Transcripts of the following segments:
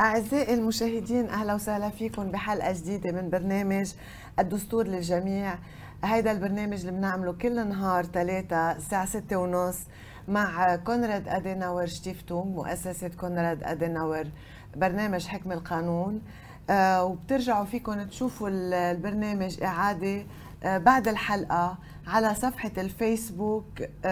أعزائي المشاهدين، أهلا وسهلا فيكم بحلقة جديدة من برنامج الدستور للجميع. هيدا البرنامج اللي بنعمله كل نهار 3 الساعة 6:30 مع كونراد أديناور شتيفتونغ، مؤسسة كونراد أديناور، برنامج حكم القانون. وبترجعوا فيكم تشوفوا البرنامج إعادة بعد الحلقة على صفحة الفيسبوك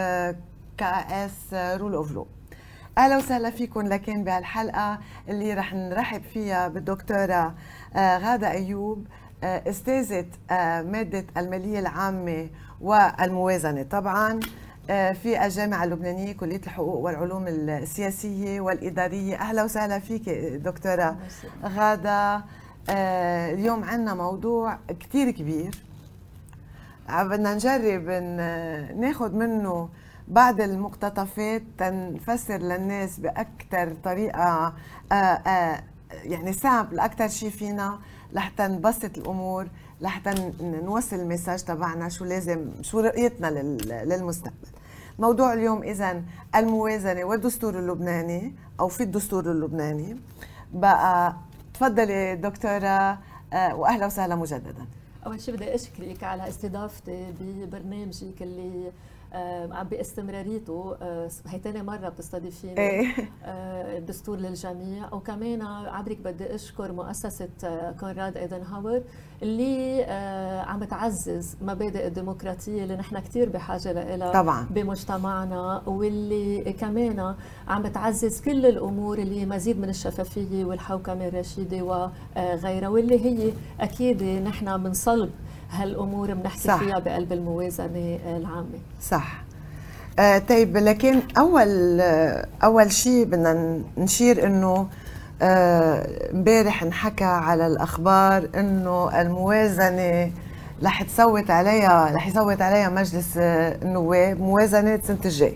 KS رول اوف لو. اهلا وسهلا فيكم لكن بهالحلقه اللي رح نرحب فيها بالدكتوره غادة أيوب، استاذه ماده الماليه العامه والموازنه طبعا في الجامعه اللبنانيه كليه الحقوق والعلوم السياسيه والاداريه. اهلا وسهلا فيك دكتوره غادة. اليوم عندنا موضوع كتير كبير، بدنا نجرب ناخذ منه بعض المقتطفات تنفسر للناس بأكثر طريقة يعني صعب لأكثر شيء فينا لحتى نبسط الأمور، لحتى نوصل المساج تبعنا شو رؤيتنا للمستقبل. موضوع اليوم إذن الموازنة والدستور اللبناني أو في الدستور اللبناني. بقى تفضلي دكتورة وأهلا وسهلا مجددا. أول شيء بدي أشكرك على استضافتي ببرنامجك اللي باستمراريته. هي تاني مرة بتستضيفيني. الدستور للجميع. وكمان عبرك بدي أشكر مؤسسة كونراد أديناور اللي عم تعزز مبادئ الديمقراطية اللي نحن كتير بحاجة لها طبعا بمجتمعنا، واللي كمان عم تعزز كل الأمور اللي مزيد من الشفافية والحوكمة الرشيدة وغيرها، واللي هي أكيد نحن من صلب هالأمور بنحكي فيها بقلب الموازنة العامة. صح. طيب، لكن أول شيء بدنا نشير إنه امبارح انحكى على الأخبار إنه الموازنة رح يصوت عليها مجلس النواب، موازنة سنة الجاي.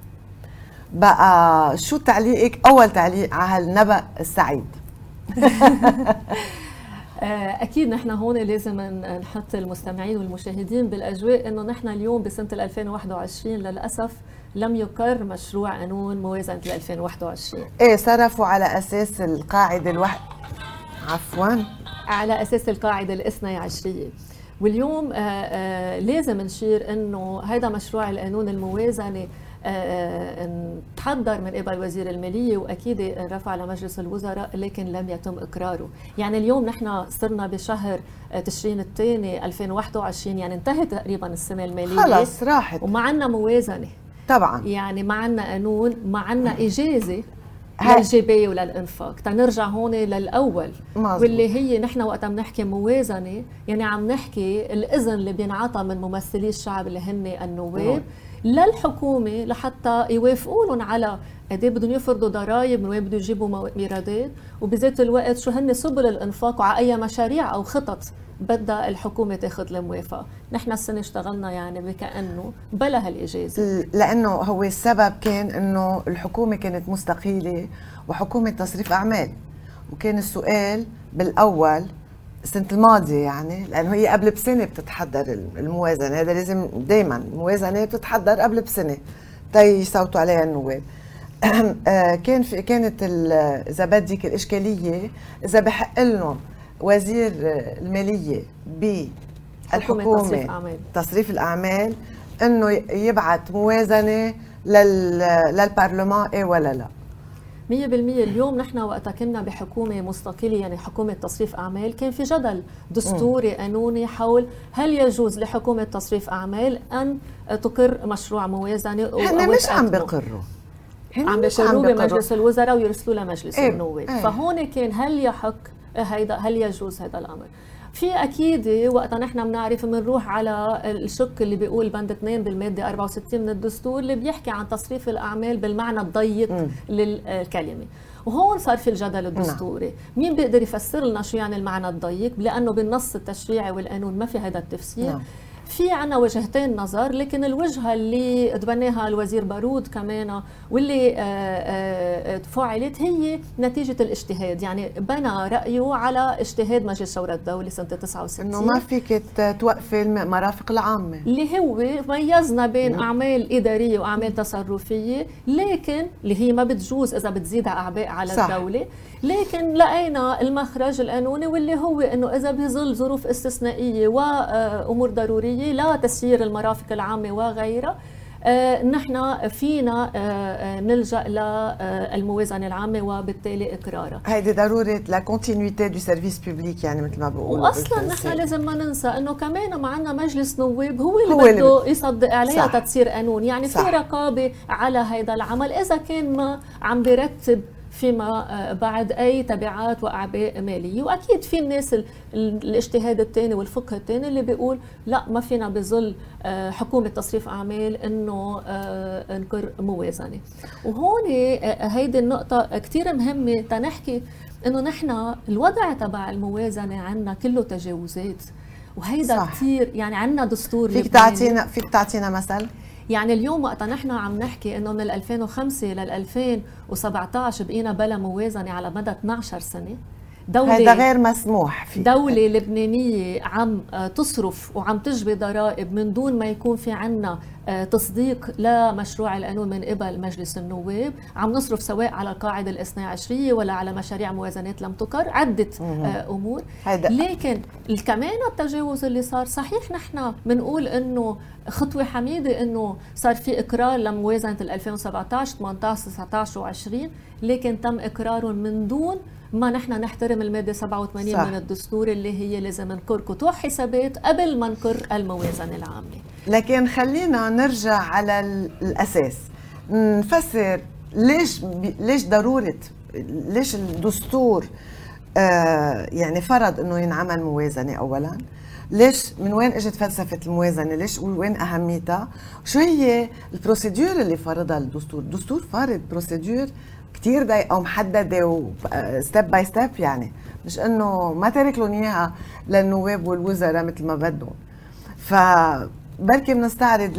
بقى شو تعليقك؟ أول تعليق على هالنبأ السعيد. أكيد نحن هون لازم نحط المستمعين والمشاهدين بالأجواء إنه نحن اليوم بسنة 2021 للأسف لم يقر مشروع قانون موازنة 2021. صرفوا على أساس القاعدة على أساس القاعدة الاثني عشرية. واليوم لازم نشير إنه هذا مشروع القانون الموازنة تحضر من قبل وزير المالية وأكيد رفع لمجلس الوزراء، لكن لم يتم إقراره. يعني اليوم نحن صرنا بشهر تشرين الثاني 2021، يعني انتهت تقريبا السنة المالية، خلص راحت، وما عنا موازنة طبعا. يعني ما عنا قانون، ما عنا إجازة للجباية وللإنفاق. تنرجع هون للأول مزبوط. واللي هي نحن وقت عم نحكي موازنة يعني عم نحكي الإذن اللي بينعطى من ممثلي الشعب اللي هن النواب للحكومة لحتى يوافقوا لهم على قد ايه بدهم يفرضوا ضرائب، من وين بدهم يجيبوا ايرادات، وبذات الوقت شو هن سبل الانفاق وعلى اي مشاريع او خطط بدها الحكومه تاخذ الموافقه. نحن السنه اشتغلنا يعني بكانه بلا هالاجازه، لانه هو السبب كان انه الحكومه كانت مستقيله وحكومه تصريف اعمال، وكان السؤال بالاول السنة الماضية، يعني لأنه هي قبل بسنة بتتحضر الموازنة. هذا لازم دايما الموازنة بتتحضر قبل بسنة يصوتوا عليها النواب. كانت إذا بدك الإشكالية إذا بحق لهم وزير المالية بالحكومة تصريف الأعمال إنه يبعث موازنة للبرلمان ولا لا. 100%. اليوم نحن وقتها كنا بحكومة مستقلة، يعني حكومة تصريف أعمال، كان في جدل دستوري قانوني حول هل يجوز لحكومة تصريف أعمال أن تقر مشروع موازنة. هن مش عم بيقروا، عم بيقروا بمجلس الوزراء ويرسلوا لمجلس النواب. فهون كان هل يحق هل يجوز هذا الأمر؟ في أكيد وقتها نحن بنعرف بنروح على الشق اللي بيقول بند 2 بالمادة 64 من الدستور اللي بيحكي عن تصريف الأعمال بالمعنى الضيق للكلمة. وهون صار في الجدل الدستوري، مين بيقدر يفسر لنا شو يعني المعنى الضيق؟ لأنه بالنص التشريعي والقانون ما في هذا التفسير. في عنا وجهتين نظر، لكن الوجهة اللي تبناها الوزير بارود كمان واللي فعلت هي نتيجة الاجتهاد، يعني بنى رأيه على اجتهاد مجلس الشورى الدولي سنة 69 انه ما فيك توقفي المرافق العامة، اللي هو ميزنا بين أعمال إدارية وأعمال تصرفية، لكن اللي هي ما بتجوز إذا بتزيدها أعباء على صح. الدولة، لكن لقينا المخرج القانوني واللي هو انه اذا بظل ظروف استثنائيه وامور ضروريه لا تسيير المرافق العامه وغيرها، نحن فينا نلجا للموازنه العامه وبالتالي اقرارها. هيدي ضروره لا كونتينيتي دو سيرفيس بيبليك، يعني مثل ما بقولوا. واصلا نحن لازم ما ننسى انه كمان معنا مجلس نواب هو اللي بده يصدق عليها تتصير قانون، يعني في رقابه على هذا العمل اذا كان ما عم بيرتب فيما بعد أي تبعات وأعباء مالية. وأكيد في الناس الاجتهاد الثاني والفقه الثاني اللي بيقول لا ما فينا بظل حكومة تصريف أعمال إنه نقر موازنة. وهون هيدي النقطة كتير مهمة تنحكي إنه نحن الوضع تبع الموازنة عنا كله تجاوزات، وهيدا كتير يعني عنا دستور. فيك تعطينا مثل؟ يعني اليوم وقت نحن عم نحكي انه من 2005 لل 2017 بقينا بلا موازنه على مدى 12 سنه. هذا غير مسموح فيه. دولة لبنانية عم تصرف وعم تجبي ضرائب من دون ما يكون في عنا تصديق لمشروع القانون من قبل مجلس النواب، عم نصرف سواء على القاعدة الاثنى عشرية ولا على مشاريع موازنات لم تقر، عدة أمور. لكن كمان التجاوز اللي صار صحيح نحن بنقول انه خطوة حميدة انه صار في اقرار لموازنة 2017 18 19 و20، لكن تم اقراره من دون ما نحن نحترم المادة 87 صح. من الدستور اللي هي لازم نقر كتوح حسابات قبل ما نقر الموازنة العامة. لكن خلينا نرجع على الأساس، نفسر ليش ضرورة، ليش الدستور يعني فرض انه ينعمل موازنة اولا، ليش من وين اجت فلسفة الموازنة، ليش وين اهميتها، شو هي البروسيدور اللي فرضها الدستور. الدستور فرض بروسيدور كتير دقيقة ومحددة وستيب باي ستيب، يعني مش انه ما ترك لهم اياها للنواب والوزراء مثل ما بدهم. فبركي بنستعرض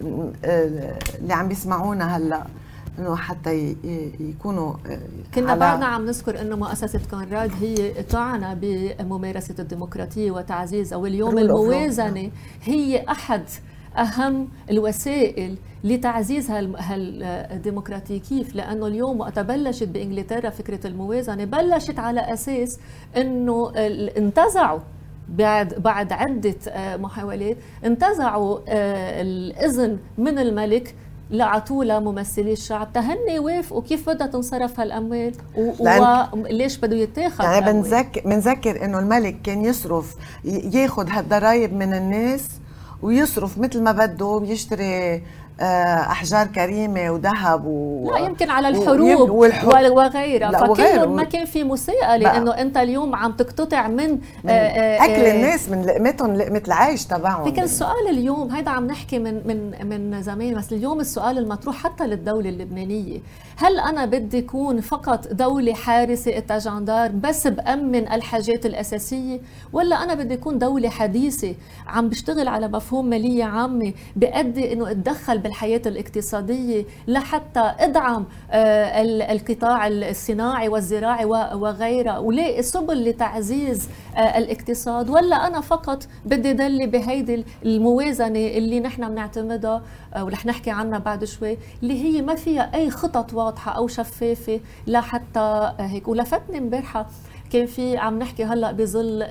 اللي عم بيسمعونا هلا انه حتى يكونوا كنا بعدنا عم نذكر انه مؤسسة كونراد هي تعنى بممارسة الديمقراطية وتعزيزها، واليوم الموازنة هي احد أهم الوسائل لتعزيز هالديمقراطية. كيف؟ لأنه اليوم وقت بلشت بإنجلترا فكرة الموازنة بلشت على أساس أنه انتزعوا بعد عدة محاولات انتزعوا الإذن من الملك لعطوه لممثلي الشعب تهني وافقوا كيف بدها تنصرف هالاموال وليش بده يتاخذ. يعني بنذكر انه الملك كان يصرف ياخذ هالضرايب من الناس ويصرف مثل ما بده ويشتري احجار كريمه وذهب لا يمكن على الحروب وغيرها، فكله ما كان في مساءله لانه انت اليوم عم تقتطع من اكل الناس من لقمتهم، لقمه العيش تبعهم. لكن السؤال اليوم هيدا عم نحكي من زمان، بس اليوم السؤال المطروح حتى للدوله اللبنانيه، هل انا بدي اكون فقط دوله حارسه التجندار بس بامن الحاجات الاساسيه، ولا انا بدي اكون دوله حديثه عم بشتغل على مفهوم ماليه عامه بأدي انه اتدخل بالحياة الاقتصادية لحتى ادعم القطاع الصناعي والزراعي وغيرها ولاقي سبل لتعزيز الاقتصاد، ولا أنا فقط بدي دلي بهيدي الموازنة اللي نحن بنعتمدها ورح نحكي عنها بعد شوي، اللي هي ما فيها أي خطط واضحة أو شفافة لحتى هيك. ولفتني امبارحة كان في عم نحكي هلأ بظل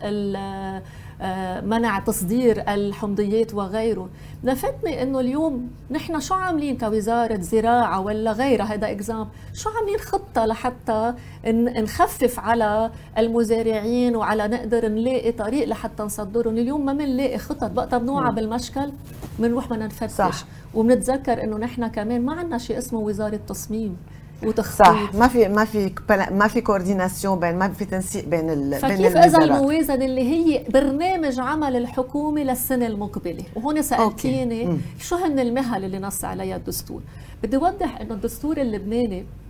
منع تصدير الحمضيات وغيره، لفتني انه اليوم نحن شو عاملين كوزارة زراعة ولا غيرها، هذا اكزامبل، شو عاملين خطة لحتى نخفف على المزارعين وعلى نقدر نلاقي طريق لحتى نصدرهم. اليوم ما بنلاقي خطط، بقى بنوعى بالمشكل بنروح بدنا نفتش. وبنتذكر انه نحن كمان ما عندنا شيء اسمه وزارة تصميم وتخطيط. صح، ما في كورديناسيون بين، ما في تنسيق بين فكيف اذا الموازنه اللي هي برنامج عمل الحكومه للسنه المقبله، وهون سالتيني شو هن المهل اللي نص عليها الدستور. بدي اوضح انه الدستور اللبناني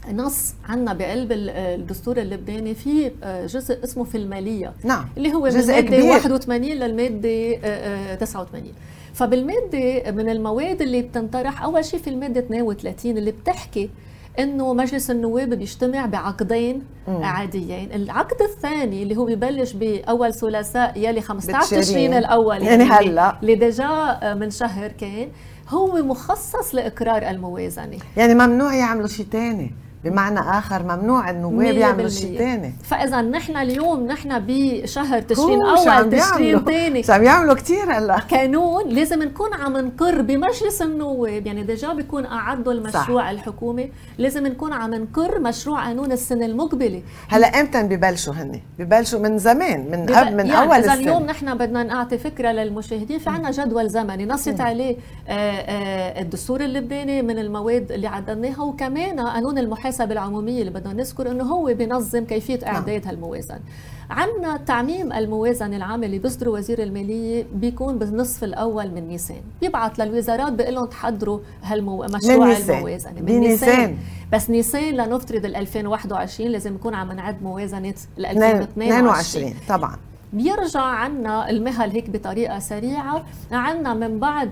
نص عنا بقلب الدستور اللبناني في جزء اسمه في المالية. نعم. اللي هو من المادة 81 للمادة 89. فبالمادة من المواد اللي بتنطرح أول شيء في المادة 32 اللي بتحكي انه مجلس النواب بيجتمع بعقدين عاديين. العقد الثاني اللي هو ببلش باول ثلاثاء يلي 15 تشرين الاول يعني هلا اللي ديجا من شهر كان هو مخصص لاقرار الموازنه. يعني ممنوع يعملوا شيء ثاني، بمعنى اخر ممنوع النواب يعملوا شيء ثاني. فاذا نحن اليوم نحن بشهر تشرين اول تشرين ثاني عم يعملوا كثير هلا قانون لازم نكون عم نقر بمجلس النواب. يعني ديجا بيكون اعدوا المشروع صح. الحكومي لازم نكون عم نقر مشروع قانون السنه المقبله. هلا امتى ببلشوا هن؟ ببلشوا من زمان، من قبل، من يعني اول السنه. اذا اليوم نحن بدنا نعطي فكره للمشاهدين، في عندنا جدول زمني نصت عليه الدستور اللبناني من المواد اللي عدلناها، وكمان قانون المحاسبه العموميه اللي بدنا نذكر انه هو بينظم كيفيه اعداد هالموازنه. عندنا تعميم الموازنه العامه اللي بيصدره وزير الماليه بيكون بالنصف الاول من نيسان، بيبعث للوزارات بيقول لهم تحضروا مشروع الموازنه من نيسان. بس نيسان لنفترض 2021 لازم نكون عم نعد موازنه 2022 طبعا. بيرجع عنا المهل هيك بطريقة سريعة. عنا من بعد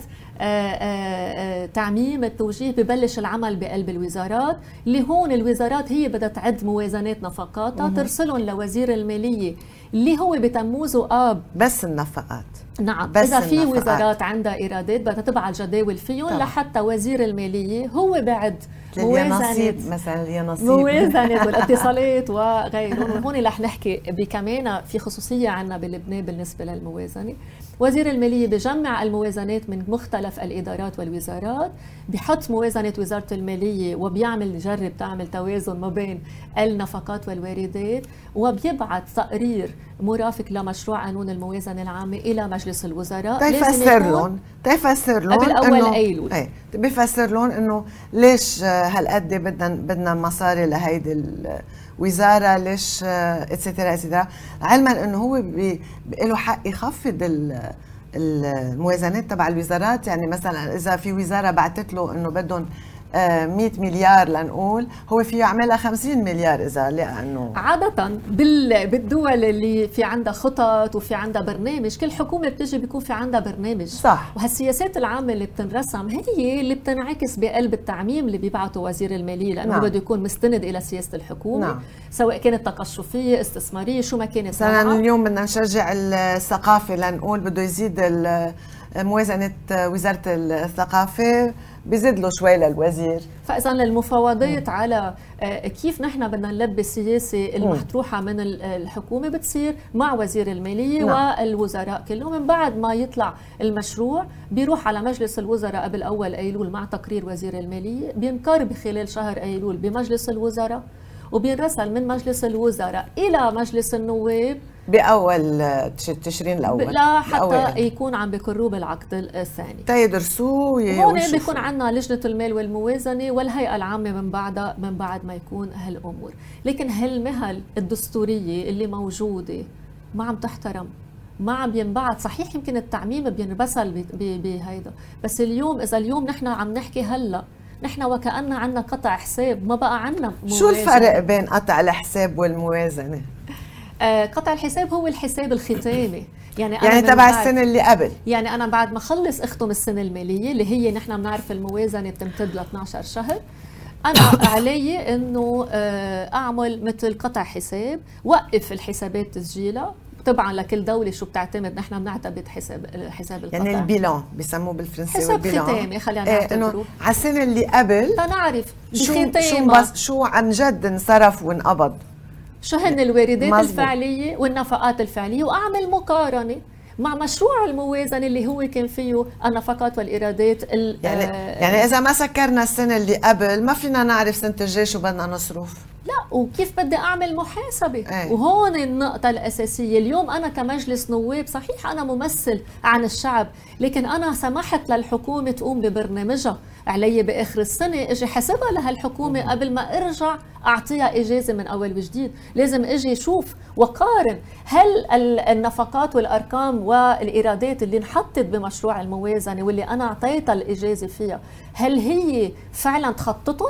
تعميم التوجيه ببلش العمل بقلب الوزارات، اللي هون الوزارات هي بدها تعد موازنات نفقاتها ترسلهم لوزير المالية اللي هو بتموز وآب بس النفقات. نعم. بس إذا في وزارات عندها إيرادات بدها تبعت جداول فيهم لحتى وزير المالية هو بعد موازنة مثلا اليانصيب موازنة والاتصالات وغيرهم. هون رح نحكي بكمان في خصوصية عنا بلبنان بالنسبة للموازنة. وزير المالية بجمع الموازنات من مختلف الإدارات والوزارات، بحط موازنة وزارة المالية وبيعمل تعمل توازن ما بين النفقات والواردات، وبيبعث تقرير مرافق لمشروع قانون الموازنة العامة إلى مجلس الوزراء. تيفسر لهم قبل أول أيلول. بيفسر لهم إنه ليش هالقد بدنا مصاري لهيدي الوزارة، ليش اتسترا اتسترا، علما إنه هو له حق يخفض الموازنات تبع الوزارات. يعني مثلا إذا في وزارة بعتت له إنه بدهم 100 مليار لنقول، هو فيه يعملها 50 مليار إذا لقى إنه. عادة بالدول اللي في عندها خطط وفي عندها برنامج، كل حكومة بتجي بيكون في عندها برنامج صح. وهالسياسات العامة اللي بتنرسم هي اللي بتنعكس بقلب التعميم اللي بيبعته وزير المالية، لأنه بده يكون مستند إلى سياسة الحكومة سواء كانت تقشفية استثمارية شو ما كانت. مثلا اليوم بدنا نشجع الثقافة لنقول بده يزيد موازنة وزارة الثقافة، بيزيد له شوي للوزير. فإذا المفاوضات على كيف نحن بدنا نلبي السياسة المطروحة من الحكومة بتصير مع وزير المالية والوزراء كلهم. من بعد ما يطلع المشروع بيروح على مجلس الوزراء قبل أول أيلول مع تقرير وزير المالية، بينقر بخلال شهر أيلول بمجلس الوزراء، وبينرسل من مجلس الوزراء إلى مجلس النواب بأول تشرين الأول لحتى يكون عم بيقروه بالعقد الثاني تيدرسوه. هون بيكون عندنا لجنة المال والموازنة والهيئة العامة من بعد ما يكون هالأمور. لكن هالمهل الدستورية اللي موجودة ما عم تحترم، ما عم بينبعث. صحيح يمكن التعميم بينبسل بهيدا، بس اليوم إذا اليوم نحن عم نحكي هلأ نحن وكأننا عنا قطع حساب، ما بقى عنا موازنة. شو الفرق بين قطع الحساب والموازنة؟ قطع الحساب هو الحساب الختامي، يعني تبع السنة اللي قبل. يعني أنا بعد ما خلص أختم السنة المالية اللي هي نحن بنعرف الموازنة بتمتد ل 12 شهر، أنا علي إنه أعمل مثل قطع حساب، وقف الحسابات تسجيلها طبعا لكل دولة شو بتعتمد. نحن بنعتمد حساب القطع، يعني البيلان بيسموه بالفرنسي، حساب ختامي. خلينا نعتبره على السنة اللي قبل تنعرف شو عن جد انصرف وانقبض، شو هن الواردات الفعلية والنفقات الفعلية، وأعمل مقارنة مع مشروع الموازنة اللي هو كان فيه النفقات والإيرادات. يعني إذا ما سكرنا السنة اللي قبل ما فينا نعرف سنة الجاي شو بدنا نصرف. لا، وكيف بدي أعمل محاسبة. وهون النقطة الأساسية. اليوم أنا كمجلس نواب صحيح أنا ممثل عن الشعب، لكن أنا سمحت للحكومة تقوم ببرنامجها. علي بآخر السنة أجي حسبها لهالحكومة قبل ما أرجع أعطيها إجازة من أول وجديد. لازم أجي شوف وقارن هل النفقات والأرقام والإيرادات اللي انحطت بمشروع الموازنة واللي أنا أعطيتها الإجازة فيها هل هي فعلا تخططهم،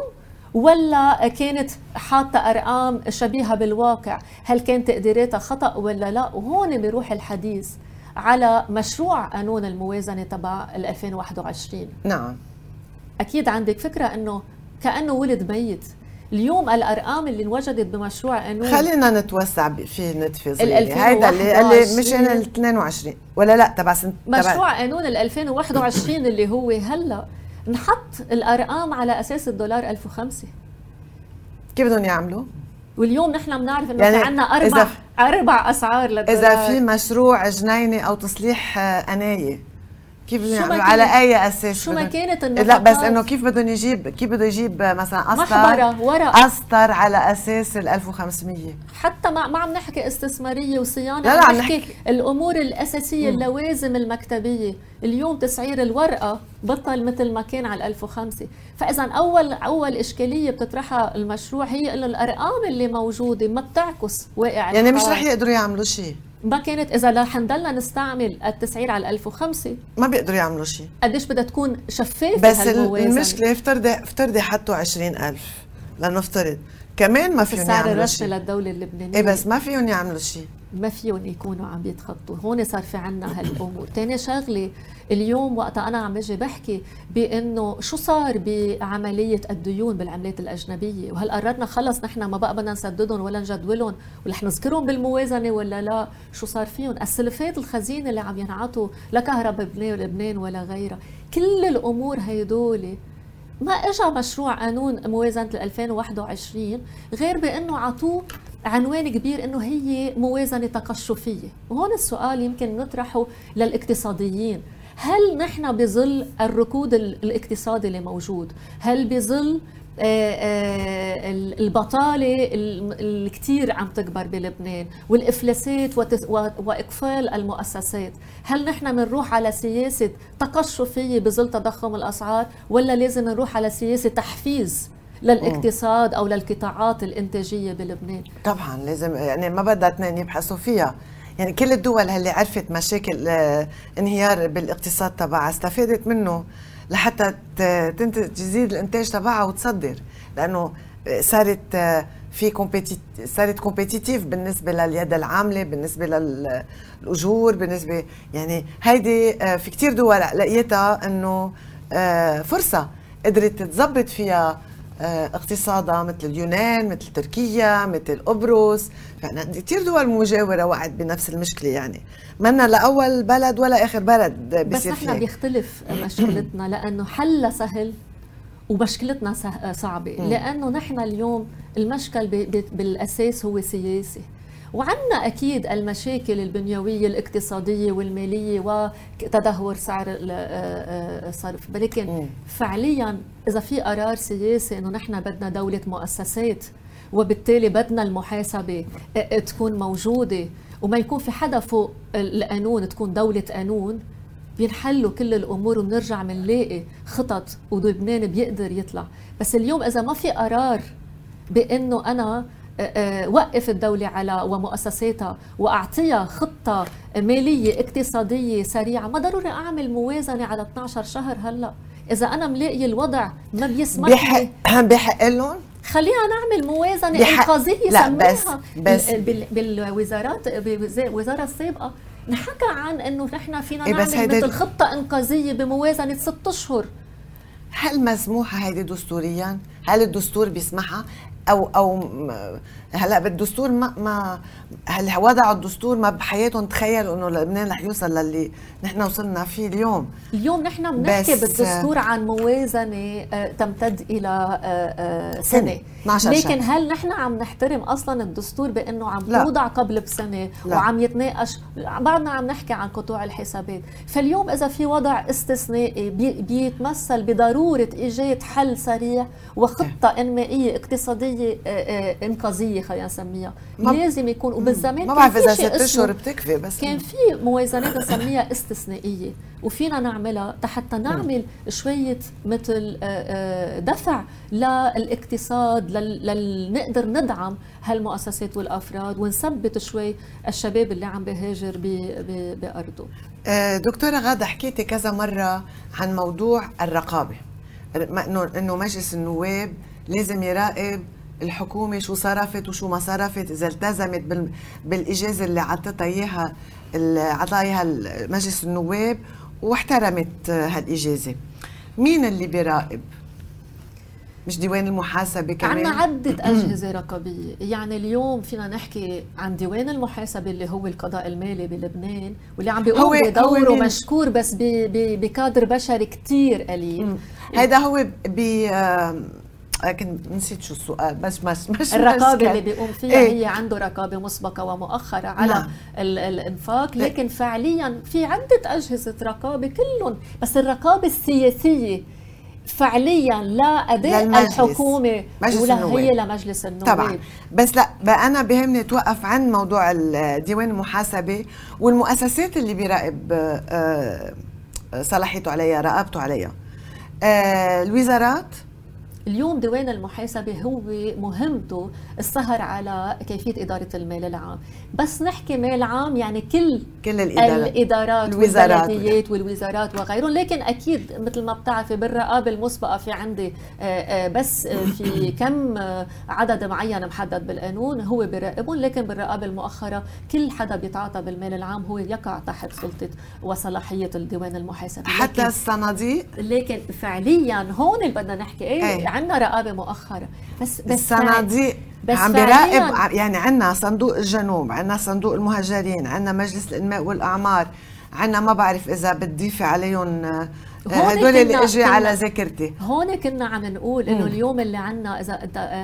ولا كانت حاطة أرقام شبيهة بالواقع؟ هل كان تقديراتها خطأ ولا لا؟ وهون بيروح الحديث على مشروع قانون الموازنة تبع 2021. نعم. أكيد عندك فكرة أنه كأنه ولد ميت. اليوم الأرقام اللي انوجدت بمشروع قانون، خلينا نتوسع في نتفة صغيرة، هيدا اللي مشان ال 22 ولا لا تبع سنة مشروع قانون ال 2021 اللي هو هلا نحط الأرقام على أساس الدولار 1005. كيف بدهم يعملوا؟ واليوم نحن بنعرف انه يعني في عندنا اربع اسعار للدولار. اذا في مشروع جنيني او تصليح قنايه، كيف على اي اساس؟ شو ما كانت النفقات؟ لا بس انه كيف بده يجيب مثلا محبره ورق اسطر على اساس ال 1500. حتى ما عم نحكي استثماريه وصيانه، لا عم نحكي الامور الاساسيه اللوازم المكتبيه. اليوم تسعير الورقه بطل مثل ما كان على 1005. فاذا اول اشكاليه بتطرحها المشروع هي انه الارقام اللي موجوده ما بتعكس واقع يعني مش رح يقدروا يعملوا شيء. ما كانت اذا رح نضلنا نستعمل التسعير على 1005 ما بيقدروا يعملوا شيء. قديش بدها تكون شفافه بس المشكله افترضي حطوا 20,000 لنفترض كمان ما فيهم يعملوا شيء. السعر الرسمي للدوله اللبنانيه ايه بس ما فيهم يعملوا شيء، ما فيهم يكونوا عم يتخطوا. هون صار في عنا هالامور. ثاني شغله اليوم وقت انا عم اجي بحكي بانه شو صار بعمليه الديون بالعملات الاجنبيه، وهل قررنا خلص نحن ما بقى بدنا نسددهم ولا نجدولهم ورح نذكرهم بالموازنه ولا لا؟ شو صار فيهم؟ السلفات الخزينه اللي عم ينعطوا لكهرباء لبنان ولا غيرها، كل الامور هيدول ما اجى مشروع قانون موازنه 2021 غير بانه عطوه عنوان كبير انه هي موازنه تقشفيه. وهون السؤال يمكن نطرحه للاقتصاديين، هل نحن بظل الركود الاقتصادي اللي موجود، هل بظل البطاله اللي كثير عم تكبر بلبنان والافلاسات واقفال المؤسسات، هل نحن بنروح على سياسه تقشفيه بظل تضخم الاسعار، ولا لازم نروح على سياسه تحفيز للاقتصاد او للقطاعات الانتاجيه بلبنان؟ طبعا لازم، يعني ما بدها اثنين يبحثوا فيها. يعني كل الدول اللي عرفت مشاكل انهيار بالاقتصاد تبعها استفادت منه لحتى تنتج تزيد الانتاج تبعها وتصدر، لانه صارت كومبيتيتيف بالنسبه لليد العامله، بالنسبه للاجور، بالنسبه يعني هيدي في كثير دول لقيتها انه فرصه قدرت تظبط فيها اقتصادها، مثل اليونان، مثل تركيا، مثل قبرص. يعني كثير دول مجاوره وقعت بنفس المشكله، يعني منا لاول بلد ولا اخر بلد بس نحن بيختلف مشكلتنا، لانه حلها سهل ومشكلتنا صعبه، لانه نحن اليوم المشكل بالاساس هو سياسي، وعندنا اكيد المشاكل البنيويه الاقتصاديه والماليه وتدهور سعر الصرف، ولكن فعليا اذا في قرار سياسي انه نحن بدنا دوله مؤسسات وبالتالي بدنا المحاسبه تكون موجوده وما يكون في حدا فوق القانون، تكون دوله قانون، بينحلوا كل الامور وبنرجع بنلاقي خطط ولبنان بيقدر يطلع. بس اليوم اذا ما في قرار بانه انا وقف الدولة على ومؤسساتها وأعطيها خطة مالية اقتصادية سريعة، ما ضروري أعمل موازنة على 12 شهر. هلأ إذا أنا ملاقي الوضع ما بيسمح بحق لهم خلينا نعمل موازنة إنقاذية. لا بس بالوزارات بالوزارة السابقة نحكى عن إنه نحن فينا نعمل مثل خطة إنقاذية بموازنة 6 أشهر. هل مسموحة هيدي دستوريا؟ هل الدستور بيسمحها؟ او هلا بالدستور ما هل وضعوا الدستور ما بحياتهم تخيلوا انه لبنان رح يوصل للي نحن وصلنا فيه اليوم. نحن بنحكي بالدستور عن موازنه تمتد الى سنه، لكن هل نحن عم نحترم اصلا الدستور بانه عم توضع قبل بسنه وعم يتناقش؟ بعدنا عم نحكي عن قطوع الحسابات. فاليوم اذا في وضع استثنائي بيتمثل بضروره ايجاد حل سريع وخطه انمائيه اقتصاديه انقاذيه خلينا نسميها، لازم يكون. وبالزمان ما بعرف اذا 6 اشهر بتكفي، بس كان في موازنات نسميها استثنائيه وفينا نعملها حتى نعمل شويه مثل دفع للاقتصاد، نقدر ندعم هالمؤسسات والافراد ونثبت شوي الشباب اللي عم بيهاجر بارضه. دكتوره غاده، حكيتي كذا مره عن موضوع الرقابه، انه مجلس النواب لازم يراقب الحكومة شو صرفت وشو ما صرفت، إذا التزمت بالإجازة اللي عطتها إياها عطاها مجلس النواب واحترمت هالإجازة. مين اللي بيراقب؟ مش ديوان المحاسبة كمان؟ عندنا عدة أجهزة رقابية. يعني اليوم فينا نحكي عن ديوان المحاسبة اللي هو القضاء المالي بلبنان، واللي عم بيقوم بدوره مشكور، بس بكادر بشري كتير قليل. هيدا هو لكن نسيت شو السؤال، بس الرقابة اللي بيقوم فيها هي عنده رقابة مسبقة ومؤخرة على الإنفاق، لكن فعليا في عدة أجهزة رقابة كلهم، بس الرقابة السياسية فعليا لا أداء الحكومة ولا هي لمجلس النواب طبعا. بس لا بقى أنا بهمني توقف عن موضوع ديوان المحاسبة والمؤسسات اللي بيراقب صلاحيته عليها، رقابته عليها. الوزارات اليوم ديوان المحاسبة هو مهمته السهر على كيفية إدارة المال العام. بس نحكي مال عام يعني كل الإدارات والبلديات والوزارات وغيرهم. لكن أكيد مثل ما بتعرفي بالرقابة المسبقة في عندي بس في كم عدد معين محدد بالقانون هو بيراقبهم، لكن بالرقابة المؤخرة كل حدا بيتعاطى بالمال العام هو يقع تحت سلطة وصلاحية الديوان المحاسبة، حتى الصناديق. لكن فعليا هون اللي بدنا نحكي عندنا رقابة مؤخرة، بس الصناديق عم بيراقب. يعني عندنا صندوق الجنوب، عندنا صندوق المهاجرين، عندنا مجلس الإنماء والأعمار، عندنا ما بعرف إذا بتضيفي عليهم هدول اللي اجي على ذاكرتي. هون كنا عم نقول انه اليوم اللي عنا اذا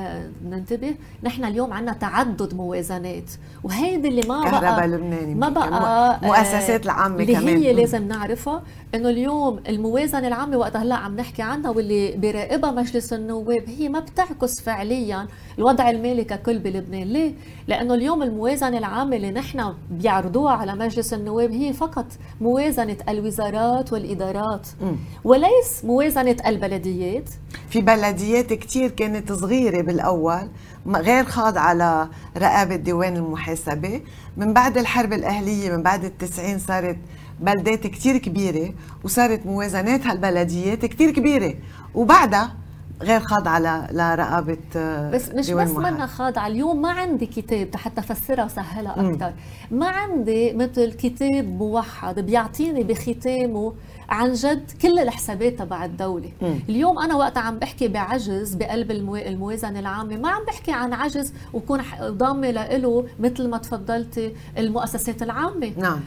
ننتبه، نحن اليوم عنا تعدد موازنات، وهيدي اللي ما بقى لبناني ما بقى مؤسسات العامة اللي كمان هي لازم نعرفها انه اليوم الموازنه العامه وقت هلا عم نحكي عنها واللي بيراقبها مجلس النواب هي ما بتعكس فعليا الوضع المالي ككل بلبنان. ليه؟ لانه اليوم الموازنه العامه اللي نحن بيعرضوها على مجلس النواب هي فقط موازنه الوزارات والادارات وليس موازنه البلديات. في بلديات كتير كانت صغيره بالاول غير خاضعه لرقابه ديوان المحاسبه، من بعد الحرب الاهليه من بعد ال90 صارت بلدات كتير كبيرة وصارت موازنات هالبلديات كتير كبيرة، وبعدها غير خاضعة لرقابة بس مش بس منا خاضعة. اليوم ما عندي كتاب حتى أفسرها وسهلها أكثر. ما عندي مثل كتاب موحد بيعطيني بختامه عن جد كل الحسابات تبع الدولة. اليوم أنا وقت عم بحكي بعجز بقلب الموازنة العامة، ما عم بحكي عن عجز وكون ضامة له مثل ما تفضلتي المؤسسات العامة. نعم.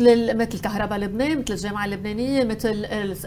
مثل كهرباء لبنان، مثل الجامعة اللبنانية، مثل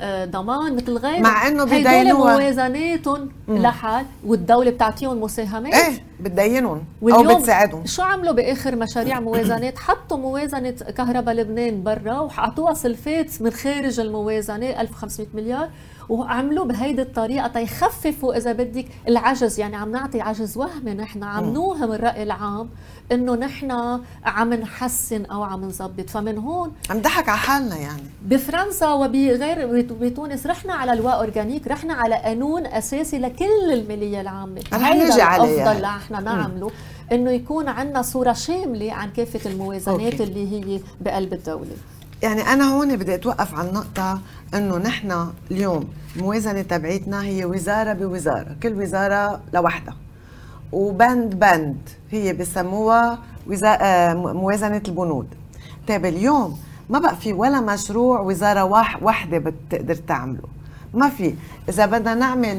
ضمان، مثل غيره. مع إنه بيدينوها موازناتهم لحال والدولة بتعطيهم مساهمات. بتدينهم أو بتساعدهم. شو عملوا بآخر مشاريع موازنات؟ حطوا موازنة كهرباء لبنان برا وحطوها سلفات من خارج الموازنة 1500 مليار، وعملوا بهيدي الطريقة تيخففوا إذا بدك العجز. يعني عم نعطي عجز وهمي، نحن عم نوهم الرأي العام إنه نحن عم نحسن أو عم نظبط. فمن هون عم نضحك على حالنا. يعني بفرنسا وبغير بتونس رحنا على لواء أورجانيك، رحنا على قانون أساسي لكل المالية العامة. هيدا الأفضل اللي احنا نعمله إنه يكون عندنا صورة شاملة عن كافة الموازنات اللي هي بقلب الدولة. يعني أنا هون بدي أتوقف على النقطة إنه نحن اليوم الموازنة تبعيتنا هي وزارة بوزارة، كل وزارة لوحدها، وبند هي بسموها موازنة البنود. طيب اليوم ما بقى في ولا مشروع وزارة واحدة بتقدر تعمله. ما في. إذا بدنا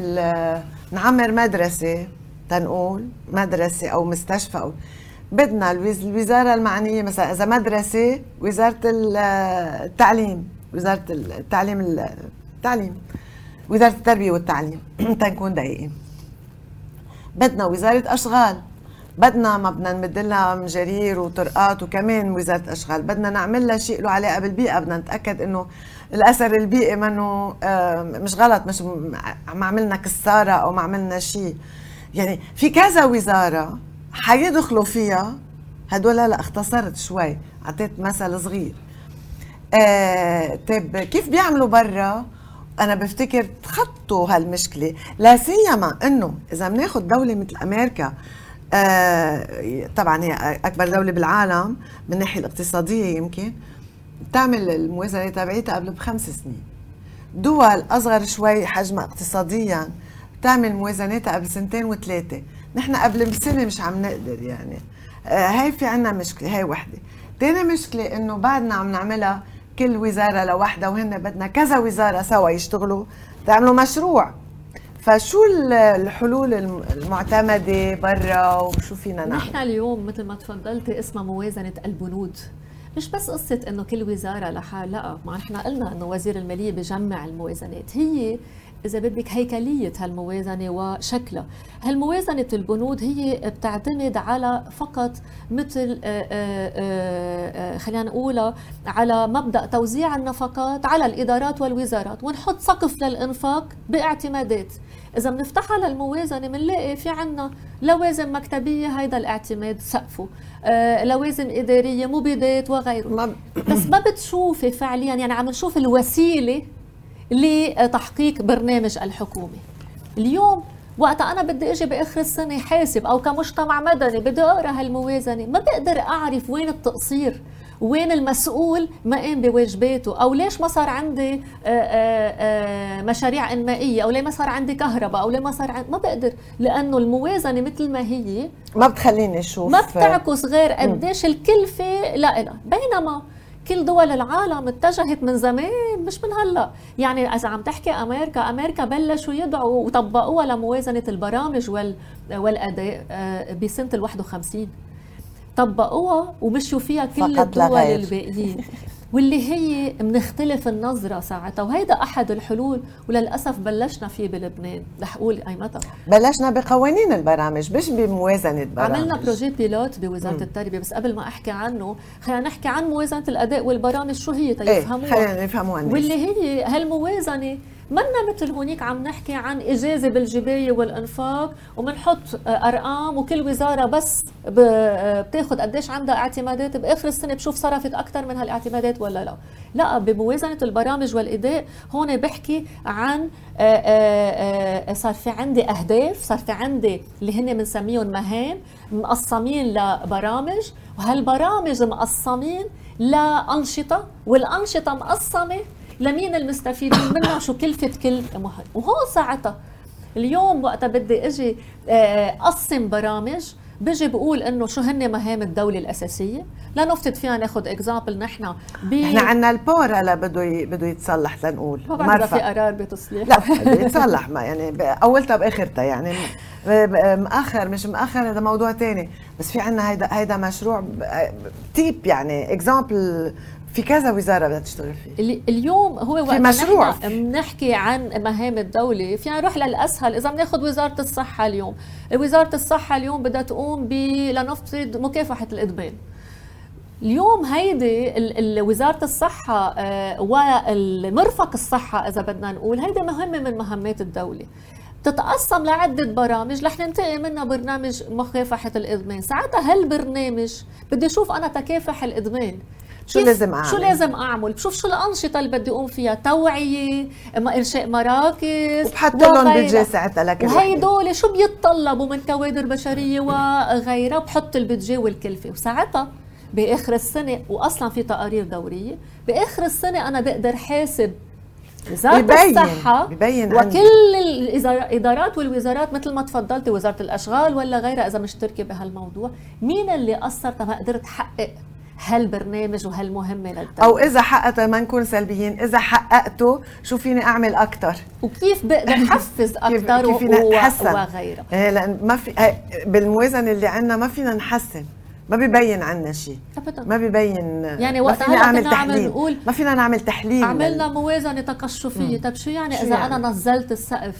نعمر مدرسة، تنقول مدرسة أو مستشفى أو بدنا الوزارة المعنية، مثلا إذا مدرسة وزارة التعليم، وزارة التعليم، وزارة التربية والتعليم تنكون دقيقين. بدنا وزارة أشغال، بدنا ما بدنا نمد لها مجارير وطرقات وكمان وزارة أشغال، بدنا نعمل لها شيء له علاقة بالبيئة، بدنا نتأكد إنه الأثر البيئي منه مش غلط، مش ما عملنا كسارة أو ما عملنا شيء. يعني في كذا وزارة حيدخلوا فيها هدول. لا اختصرت شوي، عطيت مثل صغير. طيب كيف بيعملوا برا؟ انا بفتكر تخطوا هالمشكله، لا سيما انه اذا بناخذ دوله مثل امريكا، طبعا هي اكبر دوله بالعالم من الناحيه الاقتصاديه، يمكن بتعمل الموازنه تبعيتها قبل ب5 سنين. دول اصغر شوي حجمها اقتصاديا تعمل موازناتها قبل 2 و3. نحن قبل سنة مش عم نقدر يعني. هاي في عنا مشكلة، هاي وحدة. تاني مشكلة إنه بعدنا عم نعملها كل وزارة لوحدها، وهن بدنا كذا وزارة سوا يشتغلوا تعملوا مشروع. فشو الحلول المعتمدة برا وشو فينا نعمل؟ نحن اليوم مثل ما تفضلتي اسمها موازنة البنود. مش بس قصة انه كل وزارة لحال، لا، ما نحن قلنا انه وزير المالية بجمع الموازنات. هي إذا بدك هيكلية هالموازنة وشكلها. هالموازنة البنود هي بتعتمد على فقط مثل خلينا نقولها على مبدأ توزيع النفقات على الإدارات والوزارات، ونحط سقف للإنفاق باعتمادات. إذا بنفتحها للموازنة بنلاقي في عنا لوازم مكتبية، هيدا الاعتماد سقفه، لوازم إدارية، مبيدات وغيره. بس ما بتشوفي فعليا، يعني عم نشوف الوسيلة لتحقيق برنامج الحكومة. اليوم وقت أنا بدي أجي بآخر السنة حاسب أو كمجتمع مدني بدي أقرأ هالموازنة، ما بقدر أعرف وين التقصير، وين المسؤول ما قام بواجباته، أو ليش ما صار عندي مشاريع إنمائية، أو ليه ما صار عندي كهرباء، أو ليه ما صار عندي، ما بقدر، لأنه الموازنة مثل ما هي ما بتخليني أشوف، ما بتعكس غير قديش الكلفة لإلها. بينما كل دول العالم اتجهت من زمان، مش من هلا. يعني اذا عم تحكي امريكا بلشوا يدعوا وطبقوها لموازنه البرامج والاداء بسنه ال51، طبقوها ومشوا فيها كل الدول الباقيين، واللي هي بنختلف النظره ساعتها. وهيدا احد الحلول، وللاسف بلشنا فيه بلبنان. رح اقول اي متى بلشنا بقوانين البرامج مش بموازنه برامج. عملنا بروجي بيلوت بوزاره التربيه. بس قبل ما احكي عنه خلينا نحكي عن موازنه الاداء والبرامج، شو هي تيفهموها. خلينا نفهموها الناس. واللي هي هالموازنه منا مثل هونيك عم نحكي عن اجازه بالجبايه والانفاق وبنحط ارقام، وكل وزاره بس بتاخذ قديش عندها اعتمادات باخر السنه بشوف صرفت اكثر من هالاعتمادات ولا لا. لا، بموازنه البرامج والاداء هون بحكي عن صار في عندي اهداف، صار في عندي اللي هن بنسميهم مهام مقسمين لبرامج، وهالبرامج مقسمين لانشطه، والانشطه مقسمه لمين المستفيدين منها، شو كلفة كل مهن. وهون ساعتها اليوم وقتها بدي اجي اقسم برامج، بيجي بقول انه شو هن مهام الدولة الاساسية. لنفترض فينا ناخذ اكزامبل، نحن عندنا البور هلا بده يتصلح، لنقول ما في قرار بتصليح، لا بده يتصلح، ما يعني اولتها باخرتها، يعني مأخر مش مأخر هذا موضوع تاني. بس في عندنا هيدا مشروع تيب، يعني اكزامبل في كذا وزاره بدها تشتغل فيه. اليوم هو وقت مشروع بنحكي عن مهام الدوله، فينا نروح للاسهل. اذا بناخذ وزاره الصحه اليوم، وزاره الصحه اليوم بدها تقوم لنفترض مكافحه الادمان. اليوم هيدي وزاره الصحه والمرفق الصحه اذا بدنا نقول، هيدي مهمه من مهمات الدوله، تتقسم لعدة برامج رح ننتقي منها برنامج مكافحة الإدمان. ساعتها هالبرنامج بدي أشوف أنا تكافح الإدمان شو لازم أعمل، بشوف شو الأنشطة اللي بدي أقوم فيها، توعية، إنشاء مراكز، وبحط لهم بيدجي ساعتها لكن وهيدول شو بيتطلبوا من كوادر بشرية وغيرها، بحط البيدجي والكلفة. وساعتها بآخر السنة، وأصلا في تقارير دورية بآخر السنة، أنا بقدر حاسب وزارة الصحة وكل الإدارات والوزارات مثل ما تفضلتي، وزارة الأشغال ولا غيرها إذا مشتركة بهالموضوع، مين اللي قصر ما قدرت حقق هالبرنامج وهالمهمة للدولة، أو إذا حققته ما نكون سلبيين، إذا حققته شو فيني أعمل أكتر، وكيف بقدر حفز أكتر وغيرها. لأن ما في بالموازنة اللي عنا ما فينا نحسن، ما بيبين عنا شيء أبدا، ما بيبين. يعني وقت هلا كنا عم نقول ما فينا نعمل تحليل، عملنا موازنة تقشفية. طب شو يعني إذا يعني؟ أنا نزلت السقف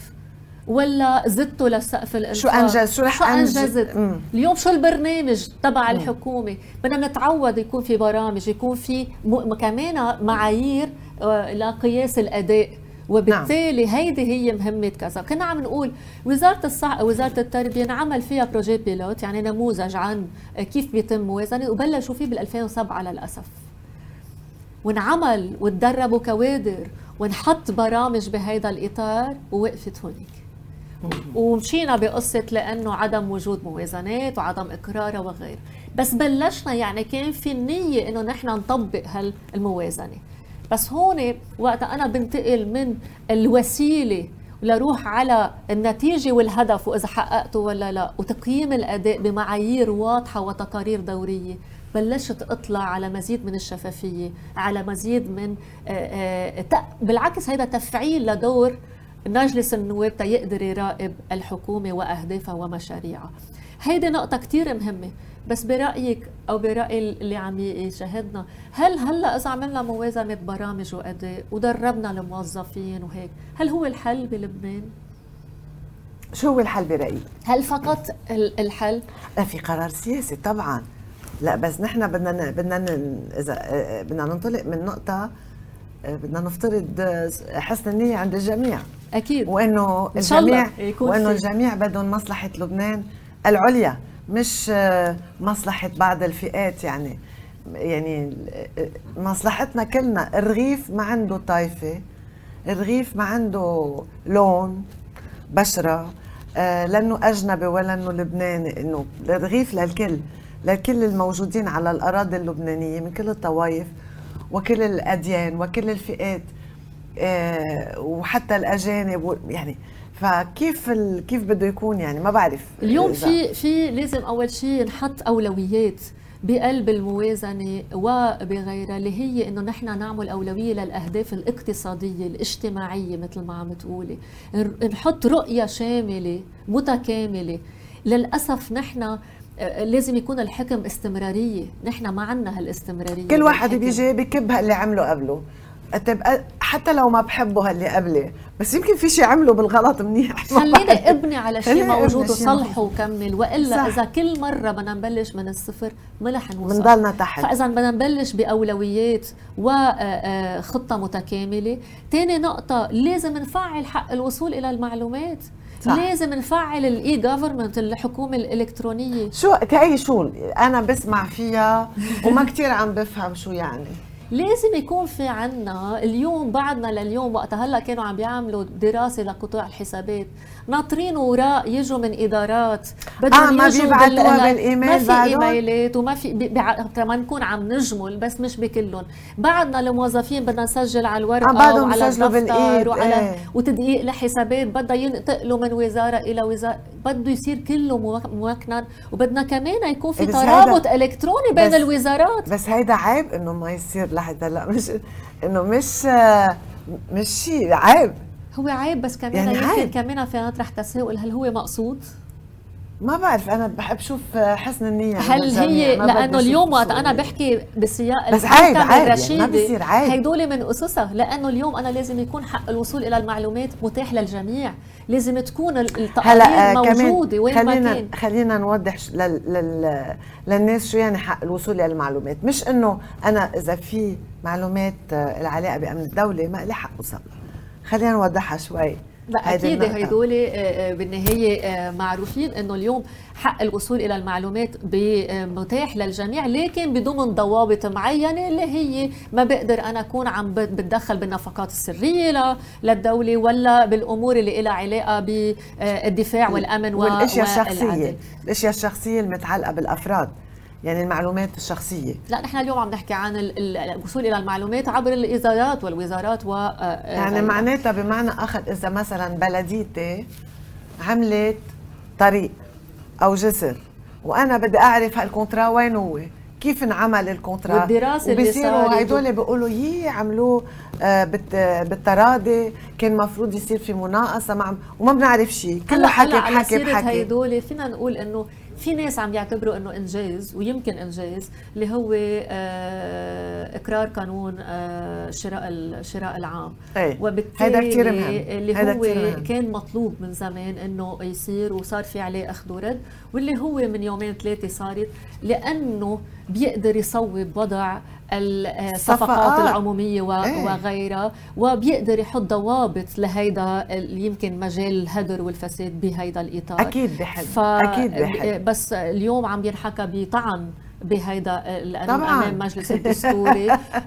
ولا زدته للسقف الانفاق، شو رح أنجزت؟ اليوم شو البرنامج تبع الحكومة؟ بدنا نتعود يكون في برامج، يكون في كمان معايير لقياس الأداء، وبالتالي هيدي هي مهمة كذا. كنا عم نقول وزارة الصحة وزارة التربية نعمل فيها بروجي بيلوت، يعني نموذج عن كيف بيتم موازنة، وبلشوا فيه بال2007 للأسف، ونعمل وتدربوا كوادر ونحط برامج بهيدا الإطار، ووقفت هونيك ومشينا بقصة لأنه عدم وجود موازنات وعدم إقرارها وغيره. بس بلشنا، يعني كان في النية إنه نحن نطبق هالموازنة. بس هون وقت أنا بنتقل من الوسيلة لروح على النتيجة والهدف وإذا حققته ولا لا، وتقييم الأداء بمعايير واضحة وتقارير دورية، بلشت اطلع على مزيد من الشفافية، على مزيد من بالعكس هذا تفعيل لدور مجلس النواب تيقدر يراقب الحكومة وأهدافها ومشاريعها. هيدي نقطة كتير مهمة. بس برأيك أو برأي اللي عم يشاهدنا، هل هلأ إذا عملنا موازنة برامج وأداء ودربنا الموظفين وهيك، هل هو الحل بلبنان؟ شو هو الحل برأيك؟ هل فقط الحل؟ لا، في قرار سياسي طبعا. لا بس نحن إذا بدنا ننطلق من نقطة، بدنا نفترض حسن النية عند الجميع. أكيد. وإنه الجميع بدهم مصلحة لبنان العليا، مش مصلحة بعض الفئات. يعني مصلحتنا كلنا. الرغيف ما عنده طائفة، الرغيف ما عنده لون بشرة، لأنه أجنبي ولا أنه لبناني. إنه الرغيف للكل الموجودين على الأراضي اللبنانية من كل الطوائف وكل الأديان وكل الفئات، وحتى الأجانب. يعني فكيف بده يكون؟ يعني ما بعرف. اليوم في لازم اول شيء نحط اولويات بقلب الموازنه وبغيرها، اللي هي انه نحن نعمل اولويه للاهداف الاقتصاديه الاجتماعيه مثل ما عم تقولي، نحط رؤيه شامله متكامله. للاسف نحن لازم يكون الحكم استمراريه، نحن ما عندنا هالاستمراريه. كل واحد بيجي بكب اللي عمله قبله، حتى لو ما بحبه اللي قبلي، بس يمكن في شيء عمله بالغلط منيح. خليني ابني على شيء موجود وصلحه وكمل، والا صح. اذا كل مره بدنا نبلش من الصفر ما رح نوصل، بنضلنا تحت. فاذا بدنا نبلش باولويات وخطه متكامله. ثاني نقطه، لازم نفعل حق الوصول الى المعلومات. صح. لازم نفعل الاي جوفرمنت، الحكومه الالكترونيه. شو انا بسمع فيها وما كتير عم بفهم شو يعني. لازم يكون في عنا اليوم، بعدنا لليوم وقت هلا كانوا عم بيعملوا دراسه لقطاع الحسابات، ناطرين وراء يجوا من ادارات بدهم ما بيبعتوها بالايميل، ما في ايميلات وما في كمان نكون عم نجمل، بس مش بكلهم. بعدنا الموظفين بدنا نسجل على الورقه وعلى الدفتر وعلى وتدقيق الحسابات، بدها ينتقلوا من وزاره الى وزاره، بده يصير كله موكنا، وبدنا كمان يكون في ترابط الكتروني بين الوزارات. بس هيدا عيب انه ما يصير لحد هلا، مش انه مش شيء عيب، هو عيب. بس كمان يعني يمكن كمان في نطرح تساؤل، هل هو مقصود؟ ما بعرف، انا بحب شوف حسن النية. هل هي لانه اليوم وقت انا بحكي بسياق بس عيب يعني ما بصير عيب، هيدول من اسسها. لانه اليوم انا لازم يكون حق الوصول الى المعلومات متاح للجميع، لازم تكون التقارير موجوده وين ما كان. خلينا نوضح للناس شو يعني حق الوصول الى المعلومات. مش انه انا اذا في معلومات العلاقه بامن الدوله ما لي حق اوصل. خلينا نوضحها شوي. لا اكيد هيدول بالنهايه معروفين انه اليوم حق الوصول الى المعلومات متاح للجميع، لكن بدون ضوابط معينه، اللي هي ما بقدر انا اكون عم بتدخل بالنفقات السريه للدوله ولا بالامور اللي لها علاقه بالدفاع والامن والاشياء الشخصيه، الاشياء الشخصيه المتعلقه بالافراد، يعني المعلومات الشخصية. لا نحن اليوم عم نحكي عن الوصول إلى المعلومات عبر الإدارات والوزارات يعني معناتها بمعنى آخر، إذا مثلا بلديتي عملت طريق أو جسر وأنا بدي أعرف هالكونترا وين هو، كيف انعمل الكونترا، والدراسة اللي وبيصيروا هيدول بيقولوا عملوه بالتراضي، كان مفروض يصير في مناقصة وما بنعرف شيء، كله حكي بحكي. هيدول فينا نقول إنه في ناس عم يعتبروا انه انجاز، ويمكن انجاز، اللي هو اقرار قانون الشراء العام. وبالتالي اللي هو كان مطلوب من زمان انه يصير، وصار في عليه اخذ ورد، واللي هو من يومين ثلاثه صارت، لانه بيقدر يصوب وضع الصفقات العمومية وغيرها، وبيقدر يحط ضوابط لهيدا يمكن مجال الهدر والفساد بهيدا الإطار. أكيد بحب بس اليوم عم ينحكى بطعن بهيدا لأنه أمام مجلس الدستوري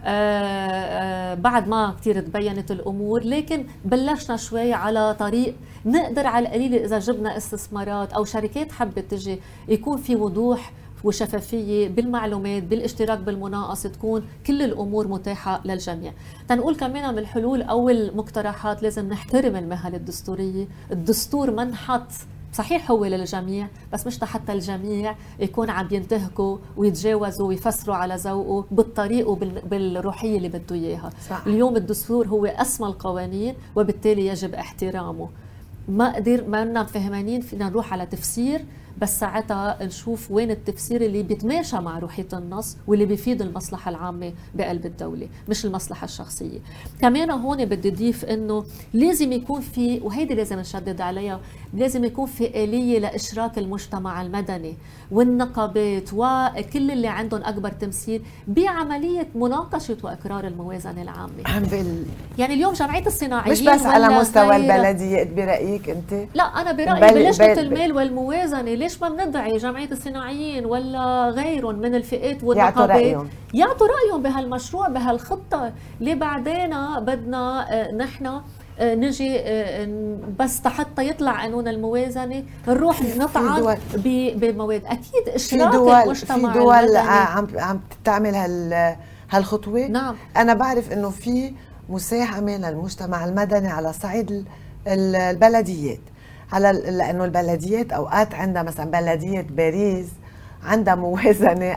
بعد ما كتير تبينت الأمور، لكن بلشنا شوي على طريق نقدر على القليل إذا جبنا استثمارات أو شركات حبت تجي يكون في وضوح وشفافية بالمعلومات، بالاشتراك بالمناقصة، تكون كل الأمور متاحة للجميع. تنقول كمان من الحلول أو المقترحات لازم نحترم المهن الدستورية. الدستور منحط صحيح هو للجميع، بس مش حتى الجميع يكون عم ينتهكوا ويتجاوزوا ويفسروا على ذوقه بالطريقه بالروحيه اللي بده اياها. اليوم الدستور هو اسمى القوانين وبالتالي يجب احترامه. ما لنا فهمانين فينا نروح على تفسير، بس ساعتها نشوف وين التفسير اللي بيتماشى مع روحية النص واللي بيفيد المصلحة العامة بقلب الدولة مش المصلحة الشخصية. كمان هون بدي أضيف إنه لازم يكون في، وهيدي لازم نشدد عليها، لازم يكون في آلية لإشراك المجتمع المدني والنقابات وكل اللي عندهم أكبر تمثيل بعملية مناقشة وإقرار الموازنة العامة. يعني اليوم جمعية الصناعيين مش بس على مستوى البلدية برأيك أنت؟ لا، أنا برأيي بلجنة المال والموازنة ليش ما بندعي جمعية الصناعيين ولا غيرهم من الفئات والنقابات يعطوا رأيهم بهالمشروع بهالخطة اللي بعدين بدنا نحن نجي بس حتى يطلع قانون الموازنة نروح نطعن بمواد. أكيد إشراك المجتمع في دول عم تعمل هالخطوة. نعم. أنا بعرف إنه في مساهمة للمجتمع المدني على صعيد البلديات، لأنه البلديات أوقات عندها مثلا بلدية باريس عندها موازنة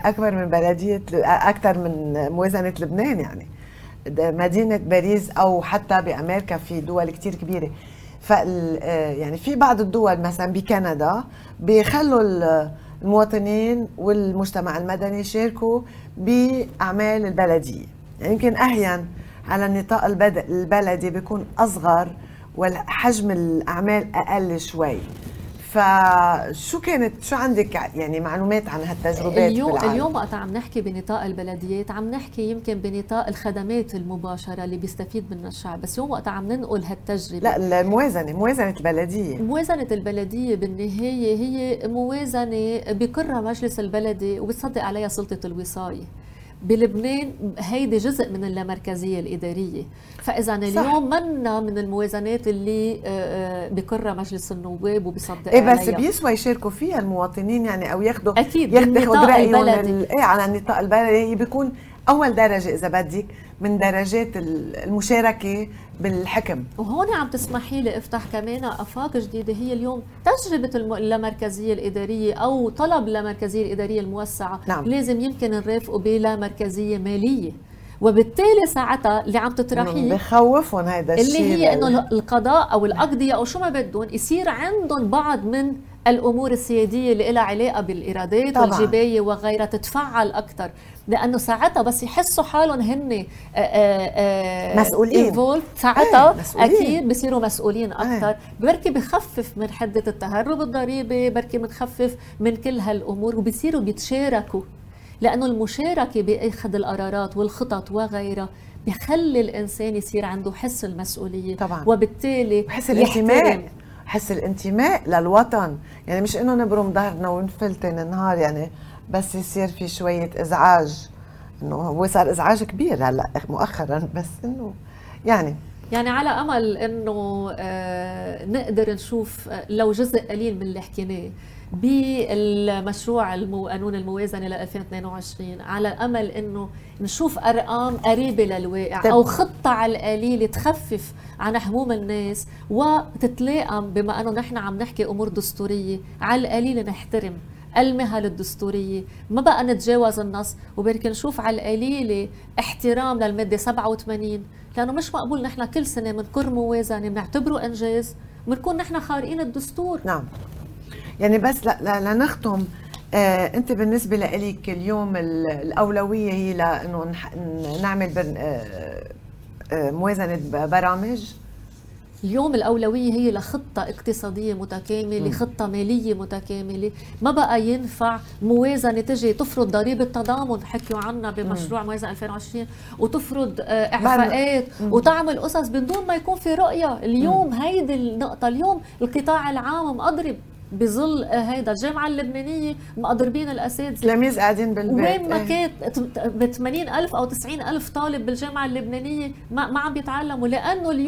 أكثر من موازنة لبنان. يعني مدينة باريس أو حتى بأمريكا في دول كتير كبيرة. يعني في بعض الدول مثلا بكندا بيخلوا المواطنين والمجتمع المدني يشاركوا بأعمال البلدية. يعني يمكن أحيانا على النطاق البلدي بيكون أصغر وحجم الأعمال أقل شوي. فشو عندك يعني معلومات عن هالتجربات بالعالم؟ اليوم وقت عم نحكي بنطاق البلديات عم نحكي يمكن بنطاق الخدمات المباشرة اللي بيستفيد منها الشعب، بس يوم وقت عم ننقل هالتجربة. لا، موازنة البلدية. موازنة البلدية بالنهاية هي موازنة بقرها مجلس البلدي وبتصدق عليها سلطة الوصاية. بلبنان هيدي جزء من اللامركزية الإدارية، فإذا اليوم منا من الموازنات اللي بقرها مجلس النواب وبيصدق عليها. بس بيسوى يشاركوا فيها المواطنين يعني أو ياخدوا رأيهم على النطاق البلدي. بيكون أول درجة إذا بدك من درجات المشاركة بالحكم. وهون عم تسمحي لي افتح كمان آفاق جديدة. هي اليوم تجربة اللامركزية الإدارية أو طلب اللامركزية الإدارية الموسعة. نعم. لازم يمكن نرافقه بلامركزية مالية، وبالتالي ساعتها اللي عم تطرحيه بخوفهم هيدا الشيء اللي هي انه القضاء او الاقضيه او شو ما بدهم يصير عندهم بعض من الامور السياديه اللي لها علاقه بالارادات طبعا. والجبايه وغيرها تتفعل اكثر، لانه ساعتها بس يحسوا حالهم هن مسؤولين ساعتها اكيد بصيروا مسؤولين اكثر. بركي بخفف من حده التهرب الضريبي، بركي بنخفف من كل هالامور وبصيروا بيتشاركوا، لأنه المشاركة بأخذ القرارات والخطط وغيرها بيخلي الإنسان يصير عنده حس المسؤولية طبعا. وبالتالي حس الانتماء للوطن. يعني مش إنه نبرم ظهرنا ونفلتن النهار، يعني بس يصير في شوية إزعاج. إنه هو صار إزعاج كبير هلأ مؤخرا، بس إنه يعني على أمل إنه نقدر نشوف لو جزء قليل من اللي حكيناه بالمشروع قانون الموازنة ل 2022، على أمل إنه نشوف أرقام قريبة للواقع أو خطة على القليل تخفف عن هموم الناس وتتلائم، بما أنه نحن عم نحكي أمور دستورية، على القليل نحترم المهل الدستورية، ما بقى نتجاوز النص، وبركي نشوف على القليلة احترام للمادة 87، لأنه مش مقبول نحن كل سنة منقر موازنة بنعتبره إنجاز ونكون نحن خارقين الدستور. نعم. يعني بس لنختم، انت بالنسبه لك اليوم الاولويه هي لانه نعمل موازنه برامج. اليوم الأولوية هي لخطة اقتصادية متكاملة، خطة مالية متكاملة. ما بقى ينفع موازنة تجي تفرض ضريبة تضامن حكيوا عنها بمشروع موازنة 2020 وتفرض إعفاءات وتعمل قصص بدون ما يكون في رؤية. اليوم هيدي النقطة. اليوم القطاع العام مقضرب بظل هيدا الجامعة اللبنانية مقضربين الأساتذة، تلاميذ قاعدين بالبيت. وين ما كانت ب 80,000 أو 90,000 طالب بالجامعة اللبنانية ما عم بيتعلموا، لأنه اليوم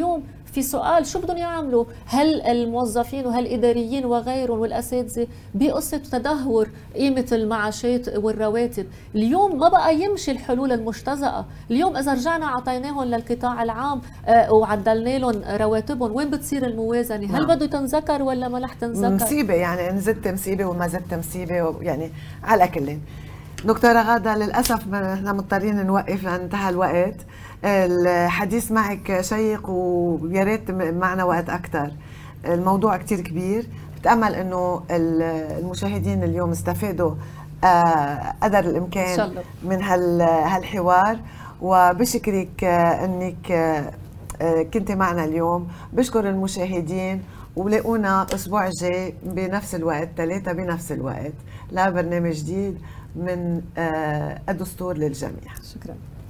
في سؤال شو بدهم يعملوا هل الموظفين وهالإداريين وغيرهم والأساتذة بقصة تدهور قيمة المعاشات والرواتب. اليوم ما بقى يمشي الحلول المجتزأة. اليوم إذا رجعنا عطيناهم للقطاع العام وعدلنا لهم رواتبهم، وين بتصير الموازنة؟ هل بده تنذكر ولا ما رح تنذكر؟ مصيبة يعني، إن زدت مصيبة وما زدت مصيبة يعني على كل. دكتورة غادة للأسف نحن مضطرين نوقف لأن انتهى الوقت. الحديث معك شيق ويا ريت معنا وقت أكثر. الموضوع كتير كبير، بتأمل إنه المشاهدين اليوم استفادوا قدر الإمكان من هالحوار، وبشكرك إنك كنت معنا اليوم. بشكر المشاهدين، ولاقونا الأسبوع الجاي بنفس الوقت 3 بنفس الوقت لبرنامج جديد من الدستور للجميع. شكرا.